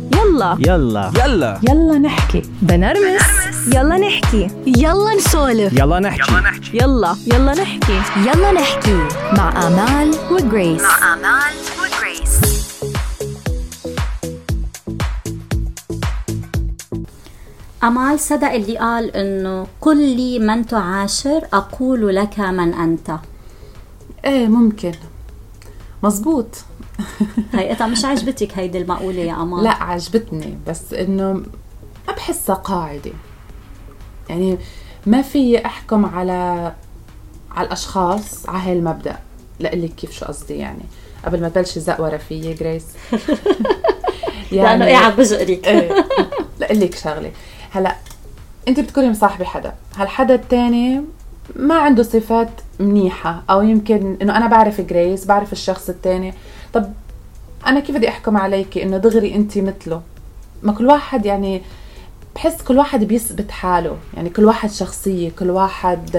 يلا يلا يلا يلا نحكي بنرمس يلا نحكي يلا نسولف يلا نحكي يلا نحكي يلا نحكي مع آمال وجريس أمال صدق اللي قال إنه قل لي من تعاشر أقول لك من أنت. ايه ممكن مزبوط. هيئتها مش عجبتك هيدي المقولة يا أمال؟ لا عجبتني، بس انه ما بحسها قاعدة. يعني ما في احكم على الاشخاص على هاي المبدأ. لقلك كيف شو قصدي، يعني قبل ما تبلشي زقورة فيي جريس. لأنه إيه عم بزقرك. ايه لقلك شغلة. هلا انت بتكوني مصاحبة حدا، هالحدا التاني ما عنده صفات منيحة، او يمكن انه انا بعرف جريس، بعرف الشخص التاني، طب انا كيف بدي احكم عليكي انه دغري انت مثله؟ ما كل واحد، يعني بحس كل واحد بيثبت حاله، يعني كل واحد شخصية، كل واحد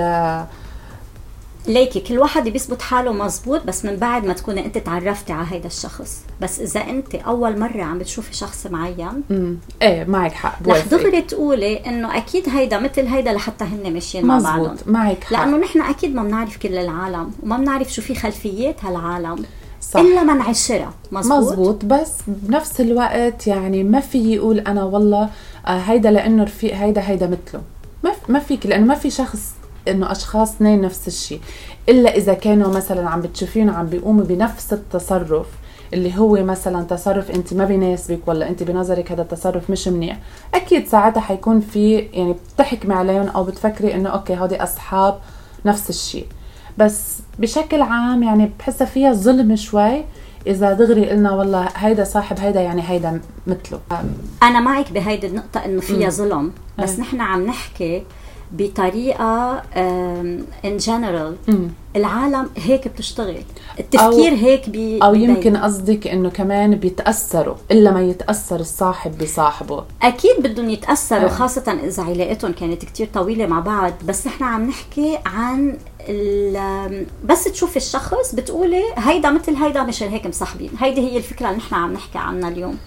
ليكي كل واحد بيثبت حاله مزبوط، بس من بعد ما تكوني انت تعرفتي على هيدا الشخص. بس اذا انت اول مرة عم بتشوفي شخص معين ايه معك حق، رح دغري تقولي انه اكيد هيدا مثل هيدا لحتى هن ماشيين مع بعضهم. مزبوط، معك حق، لانه نحن اكيد ما بنعرف كل العالم وما بنعرف شو في خلفيات هالعالم، صح. الا من عشرة. مزبوط. بس بنفس الوقت يعني ما في يقول انا والله هيدا لانه رفيق هيدا مثله. ما فيك، لانه ما في شخص انه اشخاص اثنين نفس الشيء، الا اذا كانوا مثلا عم بتشوفين عم بيقوموا بنفس التصرف اللي هو مثلا تصرف انت ما بيناسبك، ولا انت بنظرك هذا التصرف مش منيح. اكيد ساعتها حيكون في يعني بتحكمي عليهم او بتفكري انه اوكي هودي اصحاب نفس الشيء. بس بشكل عام يعني بحسها فيها ظلم شوي اذا دغري قلنا والله هيدا صاحب هيدا يعني هيدا مثله. انا معك بهيدي النقطة انه فيها ظلم، بس نحن عم نحكي بطريقة in general. العالم هيك بتشتغل، التفكير هيك أو يمكن قصدك إنه كمان بيتأثروا إلا ما يتأثر الصاحب بصاحبه. أكيد بدهم يتأثروا، خاصة إذا علاقتهم كانت كتير طويلة مع بعض. بس نحن عم نحكي عن بس تشوف الشخص بتقولي هيدا مثل هيدا مشان هيك مصاحبين. هيدي هي الفكرة اللي نحن عم نحكي عنها اليوم.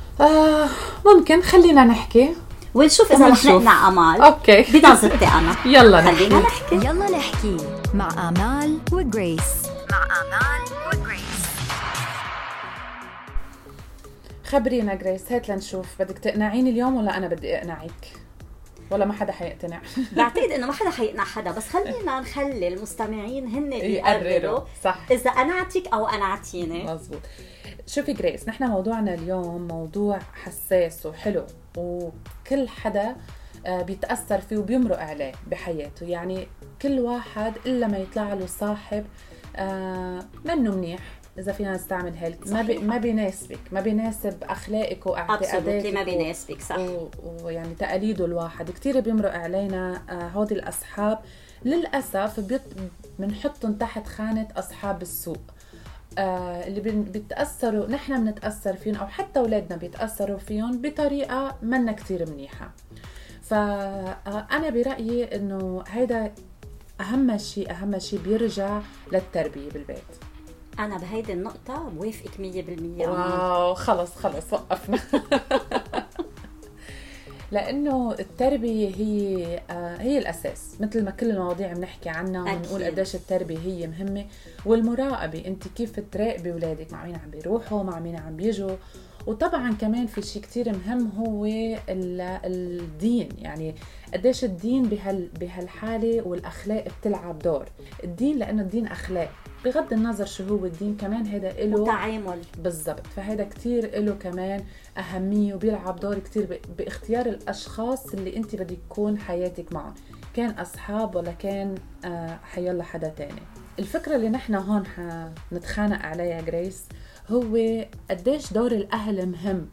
ممكن خلينا نحكي ونشوف إذا رح نقنع أمال. أوكي بنظرتي أنا. يلا خلينا نحكي. يلا نحكي مع آمال وجريس. خبرينا جريس، هات لنشوف، بدك تقنعيني اليوم ولا أنا بدي أقنعك؟ ولا ما حدا حيقتنع؟ بعتقد انه ما حدا حيقنع حدا، بس خلينا نخلي المستمعين هن اللي يقرروا. صح، اذا قنعتك او قنعتيني. مزبوط. شوفي جريس، نحن موضوعنا اليوم موضوع حساس وحلو، وكل حدا بيتأثر فيه وبيمرق عليه بحياته. يعني كل واحد إلا ما يطلع له صاحب منه منيح، إذا فينا نستعمل هيك، ما بيناسبك، ما بيناسب أخلاقك واعتقاداتك، ما بيناسبك، صح. ويعني تقاليده الواحد كتير بيمرق علينا. هودي الأصحاب للأسف بنحطهم تحت خانة أصحاب السوء، اللي بيتأثروا، نحن بنتأثر فيهم أو حتى أولادنا بيتأثروا فيهم بطريقة منا كتير منيحة. فأنا برأيي إنه هيدا أهم شيء بيرجع للتربية بالبيت. أنا بهيدي النقطة بوافقك 100%. واو، خلص وقفنا. لأنه التربية هي الأساس، مثل ما كل المواضيع بنحكي عنها ونقول قديش التربية هي مهمة. والمراقبة، أنت كيف تراقبي أولادك، مع مين عم بيروحوا، مع مين عم بيجوا. وطبعا كمان في شيء كتير مهم هو الدين، يعني قديش الدين بهالحالة والأخلاق بتلعب دور. الدين لأنه الدين أخلاق، بغض النظر شو هو الدين، كمان هذا له تعامل. بالضبط، فهذا كتير له كمان أهمية وبيلعب دور كتير باختيار الأشخاص اللي أنت بدك تكون حياتك معهم، كان أصحاب ولا كان حيالله حدا تاني. الفكرة اللي نحن هون نتخانق عليها جريس هو قديش دور الأهل مهم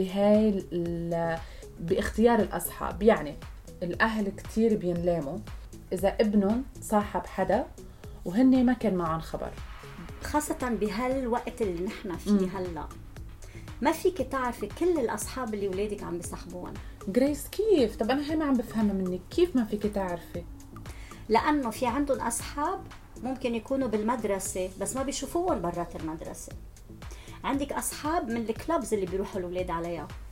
باختيار الأصحاب. يعني الأهل كتير بينلاموا إذا ابنهم صاحب حدا وهن ما كان معهم خبر، خاصة بهالوقت اللي نحن فيه هلأ. ما فيك تعرفي كل الأصحاب اللي ولادك عم بيصاحبون. جريس كيف؟ طب أنا هاي ما عم بفهمها منك، كيف ما فيك تعرفي؟ لأنه في عندهم أصحاب ممكن يكونوا بالمدرسة بس ما بيشوفوهم برات المدرسة. عندك أصحاب من الكلابز اللي بيروحوا الأولاد عليها،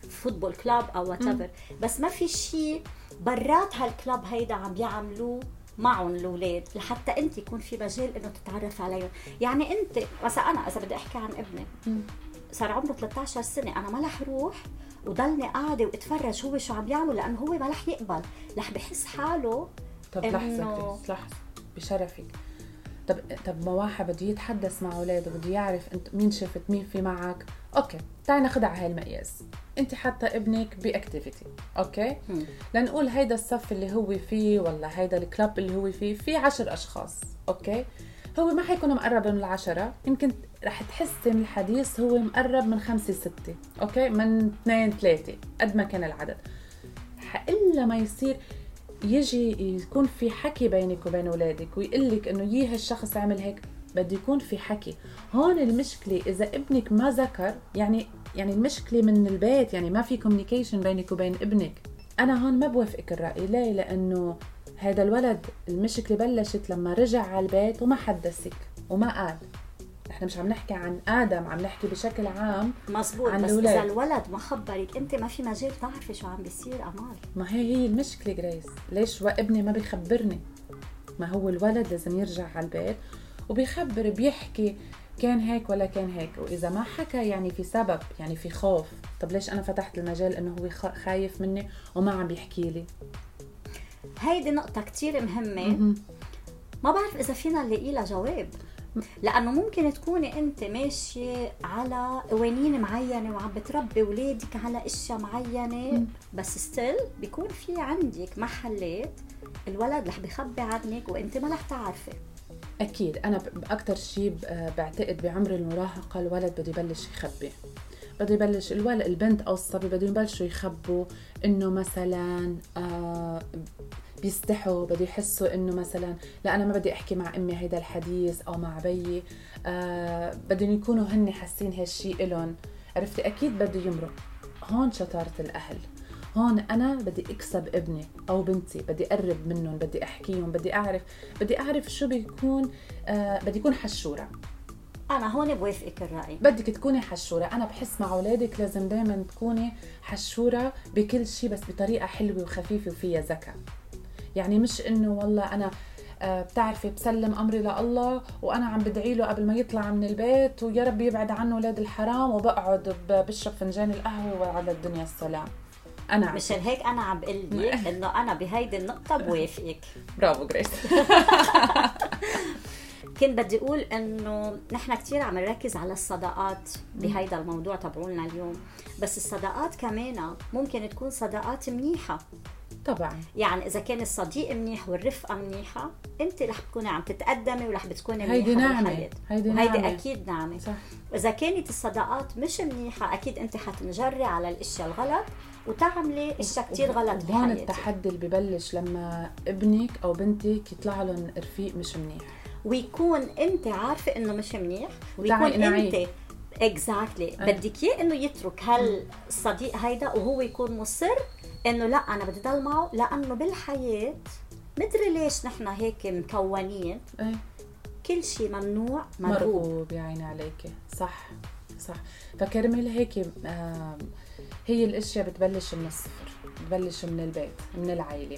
فوتبول كلاب او whatever، بس ما في شيء برات هالكلاب هيدا عم بيعملوه معهم الاولاد لحتى انت يكون في مجال انه تتعرف عليهم. يعني انت مثلا انا اذا بدي احكي عن ابني صار عمره 13 سنه، انا ما رح روح وضلني قاعده واتفرج هو شو عم بيعمل، لانه هو ما رح يقبل، رح بحس حاله. طب لحظه بشرفك، طب ما واحد بده يتحدث مع اولاده، بده يعرف انت مين شفت مين في معك. اوكي تعي ناخذ على هاي المقياس، انت حاطه ابنك باكتيفيتي، اوكي لنقول هيدا الصف اللي هو فيه ولا هيدا الكلاب اللي هو فيه في 10 اشخاص، اوكي هو ما حيكون مقرب من 10، يمكن رح تحسي من الحديث هو مقرب من 5 6، اوكي من 2 3 قد ما كان العدد. إلا ما يصير يجي يكون في حكي بينك وبين اولادك ويقلك انه هالشخص عمل هيك، بده يكون في حكي. هون المشكله اذا ابنك ما ذكر، يعني المشكله من البيت، يعني ما في كوميونيكيشن بينك وبين ابنك. انا هون ما بوافقك الراي. ليه؟ لانه هذا الولد المشكله بلشت لما رجع على البيت وما حدثك وما قال. احنا مش عم نحكي عن آدم، عم نحكي بشكل عام. مزبوط، بس الولاد. إذا الولد ما خبرك أنت ما في مجال تعرفي شو عم بيصير. أمال ما هي المشكلة جريس، ليش ابني ما بيخبرني؟ ما هو الولد لازم يرجع على البيت وبيخبر، بيحكي كان هيك ولا كان هيك، وإذا ما حكى يعني في سبب، يعني في خوف. طب ليش أنا فتحت المجال إنه هو خايف مني وما عم بيحكي لي؟ هيدي نقطة كتير مهمة. ما بعرف إذا فينا نلاقي لها جواب، لأنه ممكن تكوني أنت ماشية على قوانين معينة وعم بتربي ولادك على أشياء معينة، بس ستيل بيكون في عندك محلات الولد رح بيخبي عنك وأنت ما رح تعرفي. أكيد. أنا أكتر شيء بعتقد بعمر المراهقة الولد بده يبلش يخبي، بده يبلش البنت أو الصبي بده يبلشوا يخبوا إنه مثلا بيستحوا، بده يحسوا إنه مثلا لا أنا ما بدي أحكي مع أمي هيدا الحديث أو مع بيي، بدهم يكونوا هن حاسين هالشيء إلهم. عرفتي؟ أكيد بده يمرق. هون شطارة الأهل. هون أنا بدي أكسب ابني أو بنتي، بدي أقرب منهم، بدي أحكيهم، بدي أعرف شو بيكون. بدي يكون حشورة. أنا هون بوافقك الرأي، بدك تكوني حشورة. أنا بحس مع أولادك لازم دايما تكوني حشورة بكل شيء، بس بطريقة حلوة وخفيفة وفيها ذكاء. يعني مش إنه والله أنا بتعرفي بسلم أمري لله وأنا عم بدعي له قبل ما يطلع من البيت ويا رب يبعد عنه أولاد الحرام، وبقعد بشرب فنجان القهوة وعلى الدنيا السلام. أنا مشان هيك أنا عم بقلي إنه أنا بهيدي النقطة بوافقك. برافو جريس. كنت بدي أقول إنه نحن كتير عم نركز على الصداقات بهيدا الموضوع تبعولنا اليوم، بس الصداقات كمان ممكن تكون صداقات منيحة طبعا. يعني إذا كان الصديق منيح والرفقة منيحة، أنت رح تكوني عم تتقدمي ورح بتكوني منيحة بالحياة. هيدي أكيد نعمة. صح. وإذا كانت الصداقات مش منيحة، أكيد أنت حتنجري على الأشياء الغلط وتعملي أشياء كتير غلط بحياتك. هون التحدي اللي ببلش لما ابنك أو بنتك يطلع لهم رفيق مش منيح، ويكون أنت عارفة إنه مش منيح، ويكون أنت exactly بدك إياه إنه يترك هالصديق هيدا، وهو يكون مصر إنه لا أنا بدي ضل معه، لأنه بالحياة مدري ليش نحن هيك مكونين. كل شيء ممنوع مرغوب. يا عيني عليك. صح. فكرمل هيك هي الاشياء بتبلش من الصفر، بتبلش من البيت، من العائلة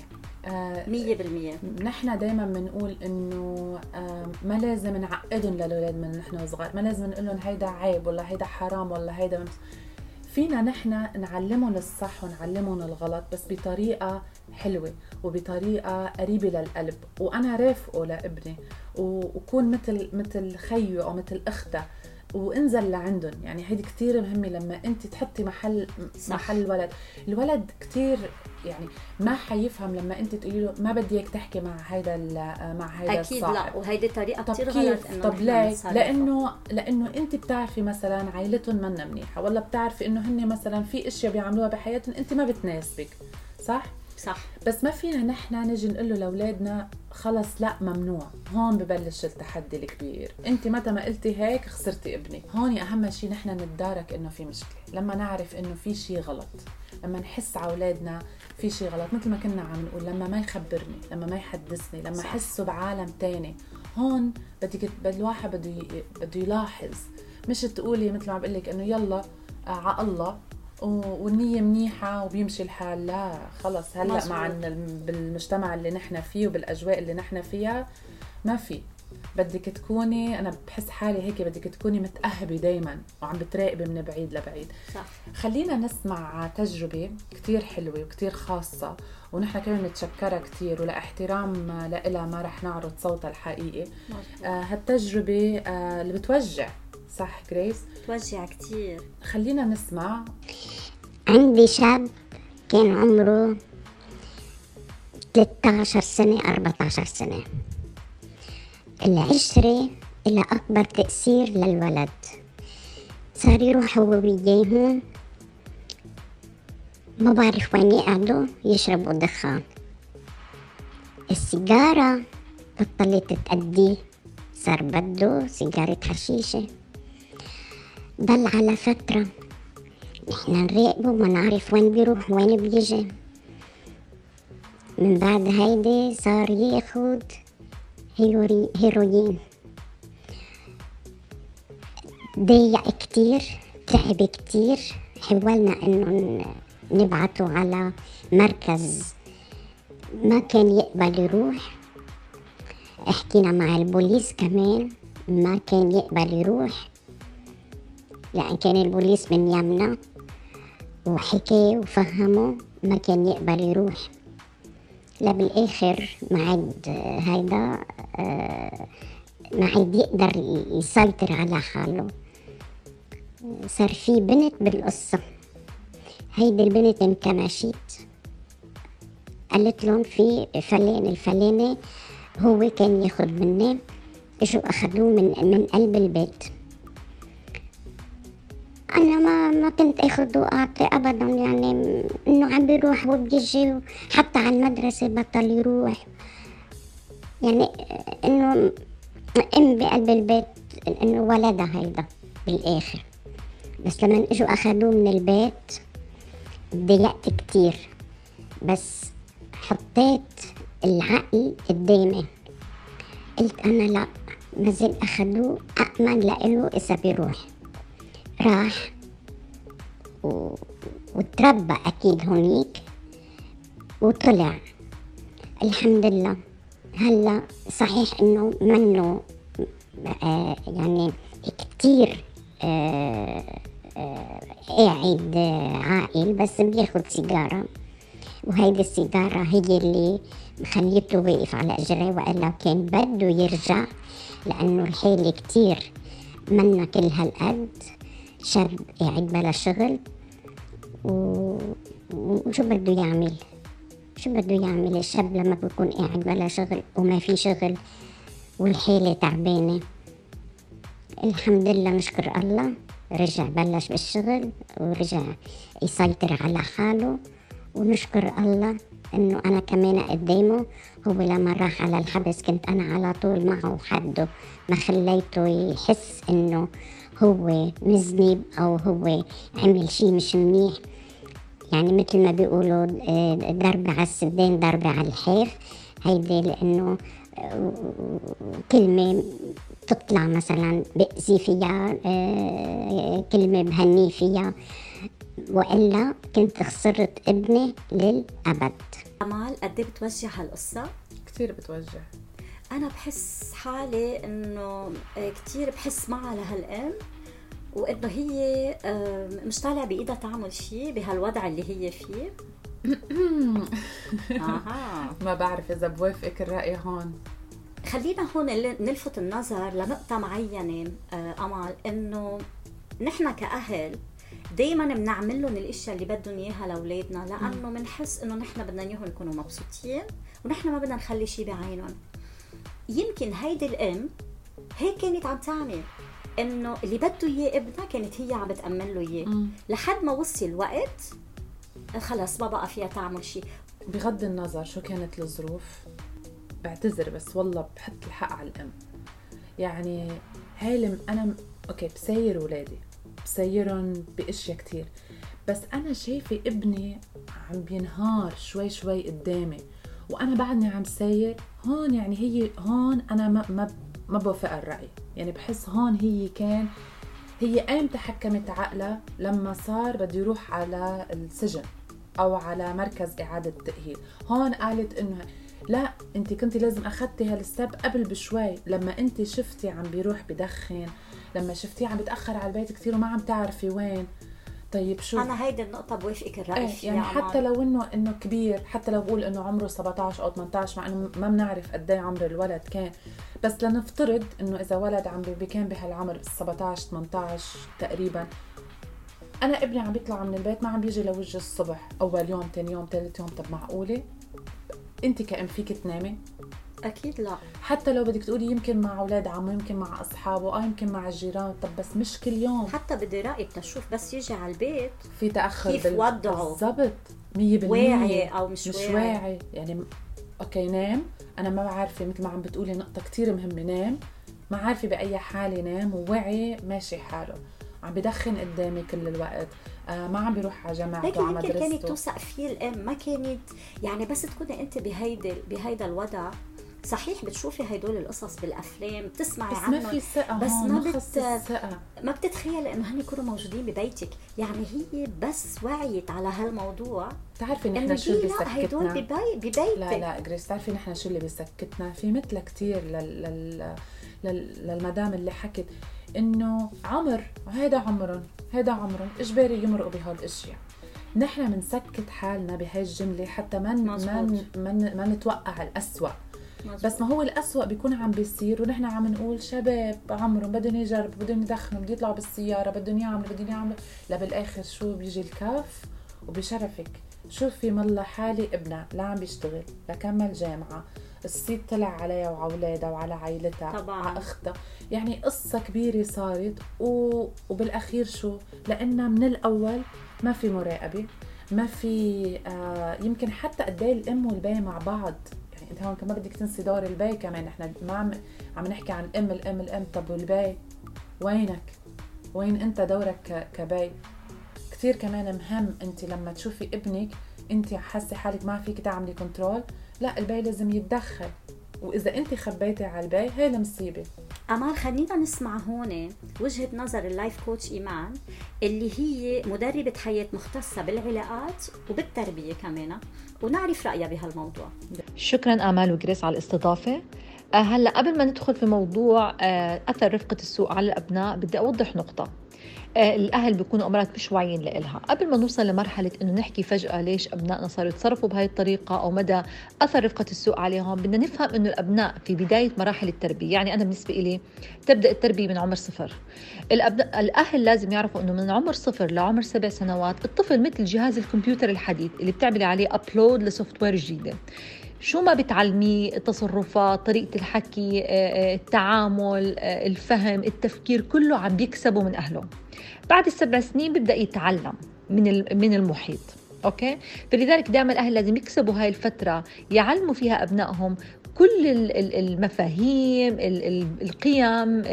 100%. نحن دايما بنقول انه ما لازم نعقدهم للأولاد من نحن صغار، ما لازم نقول لهم هيدا عيب ولا هيدا حرام ولا هيدا فينا نحن نعلمهم الصح ونعلمهم الغلط، بس بطريقة حلوة وبطريقة قريبة للقلب. وأنا رافقه لابني وكون مثل خيه أو مثل أخته وانزل لعندهم. يعني هيدي كتير مهمة لما انت تحطي محل الولد كتير يعني ما حيفهم لما انت تقولي له ما بدي اياك تحكي مع هيدا اكيد الصاحب. لا، وهيدي طريقة كتير غلط. طب ليه؟ لانه انت بتعرفي مثلا عائلتهم منا منيحة، ولا بتعرفي انه هن مثلا في اشياء بيعملوها بحياتهم انت ما بتناسبك. صح. بس ما فينا نحن نجي نقول له لاولادنا خلص لا ممنوع. هون ببلش التحدي الكبير. انت متى ما قلتي هيك خسرتي ابني. هون اهم شيء نحن نتدارك انه في مشكله، لما نعرف انه في شيء غلط، لما نحس على اولادنا في شيء غلط، مثل ما كنا عم نقول لما ما يخبرني، لما ما يحدثني، لما احسه بعالم تاني. هون الواحد بده يلاحظ، مش تقولي مثل ما بقول لك انه يلا على الله والنية منيحة وبيمشي الحال. لا خلص هلأ مزبوط. مع بالمجتمع اللي نحن فيه وبالأجواء اللي نحن فيها ما في، بدك تكوني، أنا بحس حالي هيك، بدك تكوني متأهبة دايما وعم بتراقبي من بعيد لبعيد. صح. خلينا نسمع تجربة كتير حلوة وكتير خاصة، ونحن كمان متشكرة كتير، ولا احترام لإلها ما رح نعرض صوتها الحقيقي. هالتجربة اللي بتوجع، صح جريس؟ توجع كتير. خلينا نسمع. عندي شاب كان عمره 13 سنة 14 سنة. العشرة إلى أكبر تأثير للولد. صار يروح هو وياهم ما بعرف وين يقعدوا يشربوا دخان. السيجارة بطلت تأديه، صار بده سيجارة حشيشة. ضل على فترة نحن نراقبه ما نعرف وين بيروح وين بيجي. من بعد هيدي صار ياخد هيروين. ضيق كتير، تعب كتير. حاولنا انه نبعته على مركز، ما كان يقبل يروح. احكينا مع البوليس كمان، ما كان يقبل يروح، لأن كان البوليس من يمنا وحكي وفهمه، ما كان يقبل يروح. لا بالآخر ما عاد هيدا ما عاد يقدر يسيطر على حاله. صار في بنت بالقصة، هيدي البنت انكمشت، قالت لهم في فلان الفلاني هو كان ياخد مني، اجوا اخدوه من قلب البيت. انا ما كنت اخذ واعطي ابدا، يعني انه عم بيروح وبيجي، حتى على المدرسة بطل يروح. يعني انه ام بقلب البيت، انه ولدها هيدا بالاخر. بس لما اجوا اخذوه من البيت ضيقت كتير، بس حطيت العقل قدامي، قلت انا لا، مازال اخذوه أأمن لإله إذا بيروح. راح وتربى أكيد هونيك وطلع الحمد لله. هلا صحيح إنه منه يعني كتير قاعد عاقل، بس بياخد سيجارة، وهيدي السيجارة هي اللي خليته واقف على إجريه، وإلا كان بده يرجع، لأنه الحالة كتير منا كل هالقد. شاب قاعد بلا شغل، وشو بده يعمل؟ شو بده يعمل الشاب لما بيكون قاعد بلا شغل وما في شغل والحالة تعبانة؟ الحمد لله نشكر الله، رجع بلش بالشغل ورجع يسيطر على حاله، ونشكر الله انه انا كمان قدامه. هو لما راح على الحبس كنت انا على طول معه وحده، ما خليته يحس انه هو مذنب او هو عمل شي مش منيح. يعني مثل ما بيقولوا ضرب على السدين ضرب على الحيف. هيدي لانه كلمة تطلع مثلا بأذي فيها، كلمة بهني فيها، وإلا كنت خسرت ابني للأبد. أمال قد ايه بتوجع هالقصة؟ كتير بتوجع. أنا بحس حالي إنه كتير بحس معها لهالأم، وإنه هي مش طالع بإيدها تعمل شيء بهالوضع اللي هي فيه. ما بعرف إذا بوافقك الرأي هون. خلينا هون نلفت النظر لنقطة معينة أمال، إنه نحن كأهل دايما بنعمل لهم الاشياء اللي بدهم اياها لاولادنا، لانه بنحس انه نحن بدنا اياهم يكونوا مبسوطين، ونحن ما بدنا نخلي شيء بعينهم. يمكن هيدي الام هيك كانت عم تعمل، انه اللي بده اياه ابنها كانت هي عم بتأمن له اياه، لحد ما وصل الوقت خلص ما بقى فيها تعمل شيء. بغض النظر شو كانت الظروف، بعتذر بس والله بحط الحق على الام. يعني هاي انا اوكي بسير ولادي، بسيرهم باشياء كتير، بس انا شايفه ابني عم بينهار شوي شوي قدامي وانا بعدني عم سير هون. يعني هي هون انا ما بوافق الرأي، يعني بحس هون هي قام تحكمت عقلها لما صار بده يروح على السجن أو على مركز إعادة تأهيل. هون قالت إنه لا، انت كنتي لازم اخذتي هالستاب قبل بشوي، لما انت شفتي عم بيروح بدخن، لما شفتيه عم بتأخر على البيت كثير وما عم تعرفي وين. طيب شو انا هيدي النقطه بوافقك الراي فيها. يعني حتى لو انه كبير، حتى لو بقول انه عمره 17 او 18، مع انه ما بنعرف قد ايه عمر الولد كان، بس لنفترض انه اذا ولد عم كان بهالعمر 17 18 تقريبا، انا ابني عم بيطلع من البيت ما عم بيجي لوجه الصبح اول يوم ثاني يوم ثالث يوم، طب معقوله انت كأم فيك تنامي؟ اكيد لا. حتى لو بدك تقولي يمكن مع اولاد عمه، يمكن مع اصحابه، يمكن مع الجيران، طب بس مش كل يوم. حتى بدي رايي بتشوف بس يجي على البيت في تاخر كيف وضعه بالضبط 100%، واعي او مش واعي. يعني اوكي نام، انا ما بعرفه مثل ما عم بتقولي نقطه كتير مهمه، نام ما عارفه باي حال ينام ووعي ماشي حاله، عم بدخن قدامي كل الوقت، ما عم بيروح على جامعته على مدرسته. كانت توثق فيه الام، ما كانت يعني بس تكوني انت بهيدا الوضع. صحيح بتشوفي هيدول القصص بالافلام، بتسمعي عنهم، بس ما في ثقه، بس ما بتتخيل انه هن يكونوا موجودين ببيتك. يعني هي بس وعيت على هالموضوع. تعرفي نحن شو اللي بيسكتنا؟ هيدول ببيتك. لا جريس، تعرفي نحن شو اللي بيسكتنا؟ في مثل كتير للمدام اللي حكت انه هيدا عمرهم اجباري يمرقوا بهالاشياء. نحن منسكت حالنا بهاي الجمله حتى ما نتوقع الأسوأ. بس ما هو الأسوأ بيكون عم بيصير ونحن عم نقول شباب عمرهم بدهم يجربوا، بدهم يدخنوا، بدهم يطلعوا بالسياره، بدهم يعملوا. لا بالاخر شو بيجي الكاف وبشرفك. شوفي مالله حالي ابنها لا عم بيشتغل، لا كمل جامعه، الصيت طلع عليها وعلى اولادها وعلى عائلتها طبعا، على اختها. يعني قصه كبيره صارت وبالاخير شو؟ لانها من الاول ما في مراقبه، ما في يمكن حتى قد ايه الام والبي مع بعض. يعني انت هون كمان بدك تنسي دور البي كمان. احنا ما عم نحكي عن الام. طب والبي وينك؟ وين انت دورك كبي؟ كتير كمان مهم انت لما تشوفي ابنك انت حاسه حالك ما فيك تعملي كنترول، لا البي لازم يتدخل. واذا انت خبيتي على البي هي المصيبه. أمال خلينا نسمع هون وجهة نظر اللايف كوتش إيمان اللي هي مدربة حياة مختصة بالعلاقات وبالتربية كمان، ونعرف رأيها بهالموضوع. شكرا آمال وجريس على الاستضافة. هلأ قبل ما ندخل في موضوع أثر رفقة السوء على الأبناء بدي أوضح نقطة. الأهل بيكونوا أمرات مش واعيين لإلها. قبل ما نوصل لمرحلة إنه نحكي فجأة ليش أبنائنا صاروا يتصرفوا بهاي الطريقة أو مدى أثر رفقة السوء عليهم، بدنا نفهم إنه الأبناء في بداية مراحل التربية، يعني أنا بالنسبة إلي تبدأ التربية من عمر 0. الأهل لازم يعرفوا إنه من عمر 0 لعمر 7 سنوات الطفل مثل جهاز الكمبيوتر الحديث اللي بتعملي عليه أبلود لسوفت وير جديدة. شو ما بتعلميه، التصرفات، طريقة الحكي، التعامل، الفهم، التفكير، كله عم بيكسبه من أهله. بعد 7 سنين بيبدأ يتعلم من المحيط. أوكي؟ فلذلك دائما الأهل لازم يكسبوا هاي الفترة يعلموا فيها أبنائهم كل المفاهيم، القيم،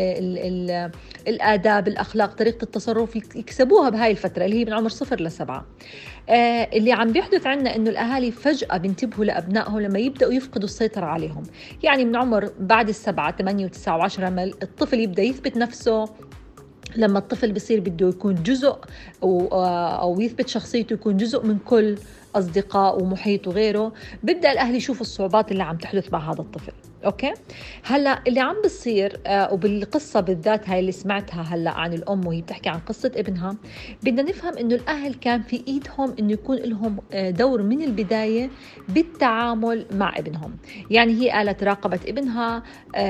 الآداب، الأخلاق، طريقة التصرف، يكسبوها بهاي الفترة اللي هي من عمر 0 ل 7. اللي عم بيحدث عنا إنه الأهالي فجأة بينتبهوا لأبنائهم لما يبدأوا يفقدوا السيطرة عليهم. يعني من عمر بعد 7 8 و9 و10 الطفل يبدأ يثبت نفسه. لما الطفل بيصير بده يكون جزء أو يثبت شخصيته، يكون جزء من كل أصدقاء ومحيط وغيره، بدأ الأهل يشوفوا الصعوبات اللي عم تحدث مع هذا الطفل. أوكي؟ هلأ اللي عم بيصير وبالقصة بالذات هاي اللي سمعتها هلأ عن الأم وهي بتحكي عن قصة ابنها، بدنا نفهم إنه الأهل كان في إيدهم إنه يكون لهم دور من البداية بالتعامل مع ابنهم. يعني هي قالت راقبت ابنها،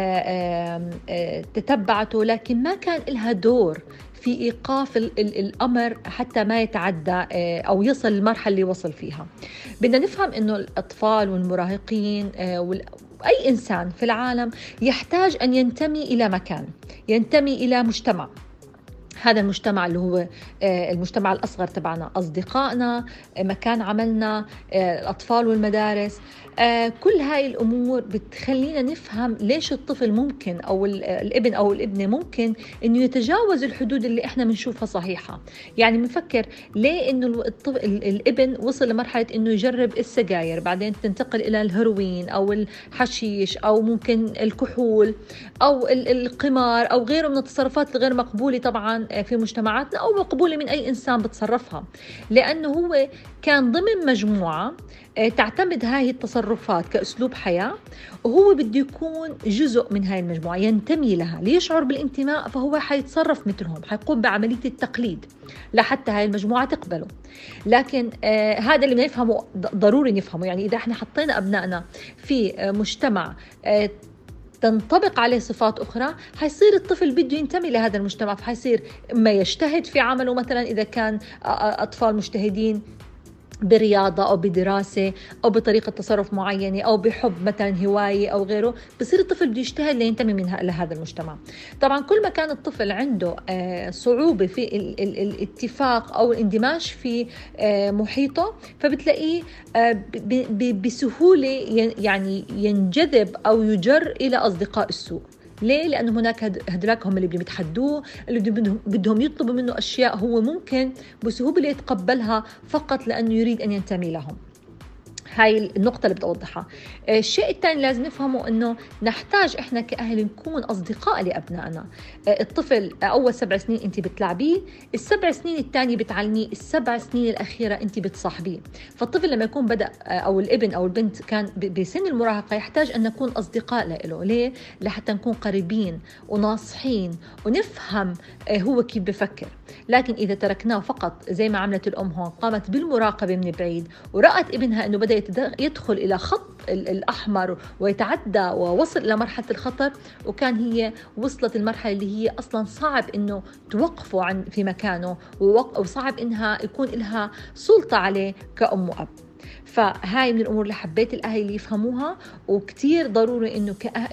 تتبعته، لكن ما كان لها دور في إيقاف الأمر حتى ما يتعدى أو يصل للمرحلة اللي وصل فيها. بدنا نفهم إنه الأطفال والمراهقين أي إنسان في العالم يحتاج أن ينتمي إلى مكان، ينتمي إلى مجتمع. هذا المجتمع اللي هو المجتمع الأصغر تبعنا، أصدقائنا، مكان عملنا، الأطفال والمدارس. كل هاي الأمور بتخلينا نفهم ليش الطفل ممكن أو الابن أو الابنة ممكن إنه يتجاوز الحدود اللي إحنا بنشوفها صحيحة. يعني بنفكر ليه إنه الابن وصل لمرحلة إنه يجرب السجاير، بعدين تنتقل إلى الهيروين أو الحشيش أو ممكن الكحول أو القمار أو غيره من التصرفات الغير مقبولة طبعا مثلا في مجتمعاتنا أو مقبولة من أي إنسان بتصرفها، لأنه هو كان ضمن مجموعة تعتمد هاي التصرفات كأسلوب حياة، وهو بده يكون جزء من هاي المجموعة، ينتمي لها. ليشعر بالانتماء فهو حيتصرف مثلهم، حيقوم بعملية التقليد لحتى هاي المجموعة تقبله. لكن هذا اللي بنفهمه ضروري نفهمه. يعني إذا احنا حطينا أبنائنا في مجتمع تنطبق عليه صفات أخرى، حيصير الطفل بده ينتمي لهذا المجتمع، فحيصير إما يجتهد في عمله، مثلا إذا كان أطفال مجتهدين برياضة أو بدراسة أو بطريقة تصرف معينة أو بحب مثلا هواية أو غيره، بصير الطفل بده يجتهد لينتمي لهذا المجتمع. طبعا كل ما كان الطفل عنده صعوبة في الاتفاق أو الاندماج في محيطه، فبتلاقيه بسهولة يعني ينجذب أو يجر إلى أصدقاء السوء. ليه؟ لأنه هناك هدلاك هم اللي بيتحدوه، اللي بدهم يطلبوا منه أشياء هو ممكن بسهولة يتقبلها فقط لأنه يريد أن ينتمي لهم. هاي النقطة اللي بدي أوضحها. الشيء الثاني لازم نفهمه إنه نحتاج إحنا كأهل نكون أصدقاء لأبنائنا. الطفل أول 7 سنين أنت بتلعبيه، ال7 سنين الثانية بتعلميه، ال7 سنين الأخيرة أنت بتصاحبيه. فالطفل لما يكون بدأ أو الابن أو البنت كان بسن المراهقة يحتاج أن نكون أصدقاء له. ليه؟ لحتى نكون قريبين وناصحين ونفهم هو كيف بفكر. لكن إذا تركناه فقط زي ما عملت الأم هون، قامت بالمراقبة من بعيد ورأت ابنها أنه بدأ يدخل إلى خط الأحمر ويتعدى ووصل إلى مرحلة الخطر، وكان هي وصلت المرحلة اللي هي أصلا صعب إنه توقفه في مكانه، وصعب إنها يكون لها سلطة عليه كأم وأب. فهاي من الأمور اللي حبيت الأهل اللي يفهموها، وكتير ضروري إنه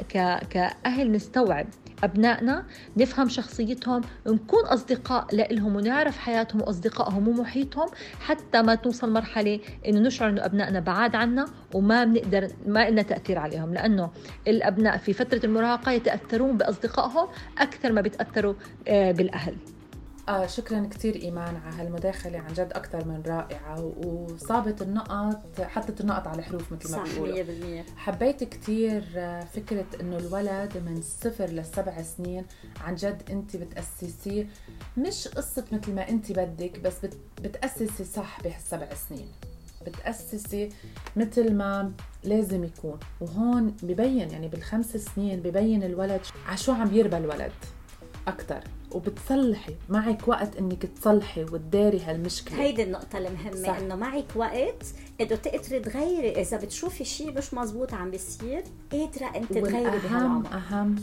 كأهل نستوعب أبنائنا، نفهم شخصيتهم، نكون أصدقاء لهم ونعرف حياتهم وأصدقائهم ومحيطهم، حتى ما توصل مرحلة إنه نشعر إنه أبنائنا بعاد عنا وما بنقدر ما لنا تأثير عليهم. لأنه الأبناء في فترة المراهقة يتأثرون بأصدقائهم أكثر ما بيتأثروا بالأهل. شكرا كتير إيمان على هالمداخلة، عن جد أكتر من رائعة، وصابت النقط، حطت النقط على الحروف مثل ما بيقولوا. حبيت كتير فكرة إنه الولد من 0 ل7 سنين عن جد أنت بتأسسيه، مش قصة مثل ما أنت بدك، بس بتأسسي صح بهال7 سنين، بتأسسي مثل ما لازم يكون. وهون ببين يعني بال5 سنين ببين الولد عشو عم يربى الولد أكتر، وبتصلحي معك وقت انك تصلحي وتداري هالمشكله. هيدي النقطه المهمه، انه معك وقت انه تقدري تغيري. اذا بتشوفي شيء مش مزبوط عم بيصير، قادره انت تغيري بهالعمر. اهم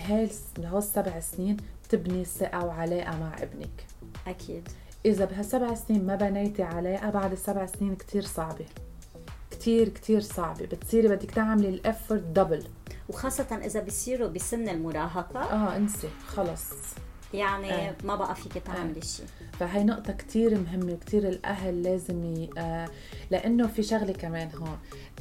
بهال7 سنين تبني ثقه وعلاقه مع ابنك. اكيد اذا بهال7 سنين ما بنيتي علاقه، بعد ال7 سنين كتير صعبه، كتير صعبه، بتصيري بدك تعملي الافورت دبل، وخاصه اذا بيصيروا بسن المراهقه. انسي خلص يعني ما بقى فيك تعملي شيء. فهي نقطة كتير مهمة، وكتير الأهل لازم لأنه في شغلة كمان هون.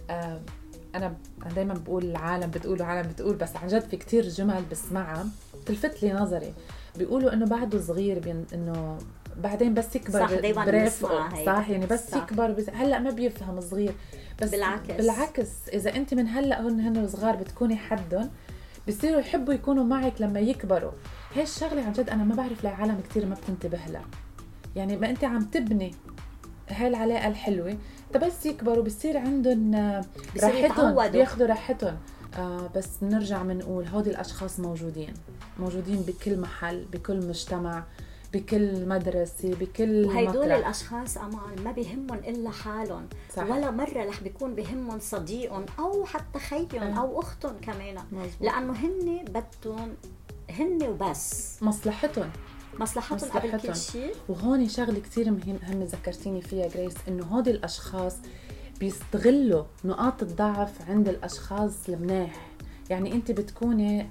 أنا دايما بقول العالم بتقول بس عن جد في كتير جمل بسمعها تلفت لي نظري. بيقولوا إنه بعده صغير، إنه بعدين بس يكبر برافقه، صح يعني بس صح. يكبر هلأ ما بيفهم صغير، بس بالعكس إذا أنت من هلأ هن صغار بتكوني حدهم، بيصيروا يحبوا يكونوا معك لما يكبروا. هاي الشغلة عن جد أنا ما بعرف لعالم كتير ما بتنتبه لها. يعني ما أنت عم تبني هاي العلاقة الحلوة، بس يكبروا بيصير عندهم راحتهم، بياخدوا راحتهم. بس نرجع منقول هودي الأشخاص موجودين بكل محل، بكل مجتمع، بكل مدرسة، بكل مطرح. وهيدول الأشخاص أمان ما بيهمهم إلا حالهم، ولا مرة رح بيكون بيهمهم صديقهم أو حتى خيهم أو أختهم كمان. لأنه هن بدهم هن وبس مصلحتهم قبل كل شيء. وهون شغلة كتير مهمة ذكرتيني فيها جريس، إنه هودي الأشخاص بيستغلوا نقاط الضعف عند الأشخاص المناح. يعني أنت بتكوني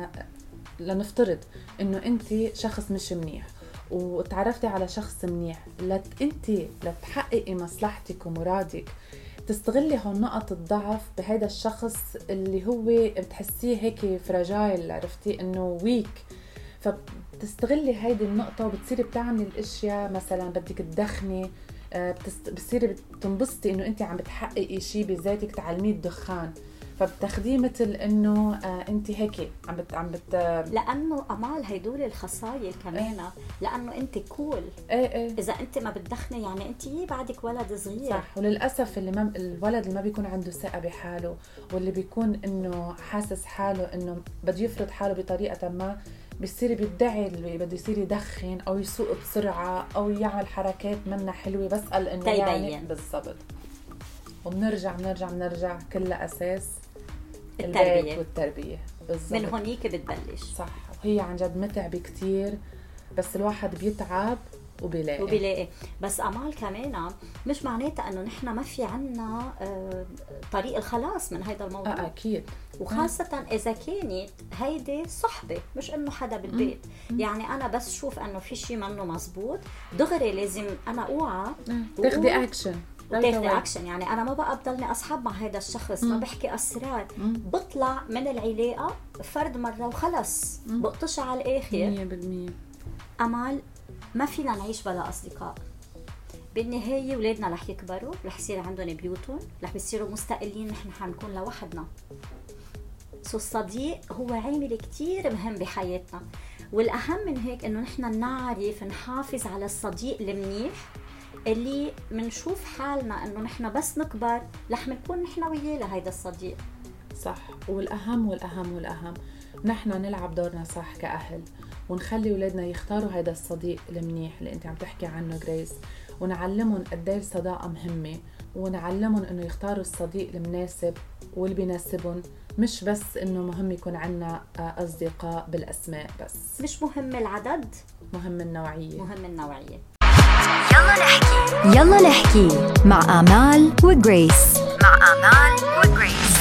لنفترض إنه أنت شخص مش منيح وتعرفتي على شخص منيح، أنت لتحققي مصلحتك ومرادك تستغلي هون نقط الضعف بهذا الشخص اللي هو بتحسيه هيك فراجايل، عرفتي إنه ويك، فبتستغلي هيدي النقطة وبتصيري بتعملي الاشياء. مثلا بدك تدخني، بتصيري بتنبسطي إنه أنت عم بتحققي شيء بذاتك، تعلميه الدخان، فبتاخديه مثل انه انت هيك عم بت لانه امال هيدول الخصايل كمان لانه انت كول. اذا انت ما بتدخني يعني انت بعدك ولد صغير. صح. وللاسف الولد اللي ما بيكون عنده ثقه بحاله، واللي بيكون انه حاسس حاله انه بده يفرض حاله بطريقه ما، بيصير بيدعي اللي بده يصير يدخن او يسوق بسرعه او يعمل حركات منا حلوه، بسال انه يعني بالضبط. وبنرجع كلها اساس البيت والتربيه بالضبط. من هونيك بتبلش. صح. وهي عن جد متعبه كتير، بس الواحد بيتعب وبيلاقي. بس امال كمان مش معناتها انه نحن ما في عنا طريق الخلاص من هذا الموضوع. اكيد. وخاصة اذا كانت هيدي صحبة، مش انه حدا بالبيت. يعني انا بس شوف انه في شيء منه مزبوط دغري لازم انا اوعى تاخدي اكشن. يعني انا ما بقى بضلني اصحاب مع هذا الشخص، ما بحكي اسرار، بطلع من العلاقة فرد مرة وخلص، بقطش على الاخر 100%. امال ما فينا نعيش بلا أصدقاء. بالنهاية ولادنا رح يكبروا، رح يصير عندهم بيوتهم، رح بيصيروا مستقلين، نحن حنكون لوحدنا. الصديق هو عامل كتير مهم بحياتنا، والأهم من هيك إنه نحن نعرف نحافظ على الصديق المنيح اللي منشوف حالنا إنه نحن بس نكبر رح نكون نحن وياه لهيدا الصديق. صح. والأهم نحن نلعب دورنا صح كأهل، ونخلي أولادنا يختاروا هذا الصديق المنيح اللي أنت عم تحكي عنه جريس، ونعلمهم قديه الصداقة مهمة، ونعلمهم إنه يختاروا الصديق المناسب واللي بيناسبهم، مش بس إنه مهم يكون عنا أصدقاء بالأسماء بس. مش مهم العدد، مهم النوعية. يلا نحكي مع آمال وجريس.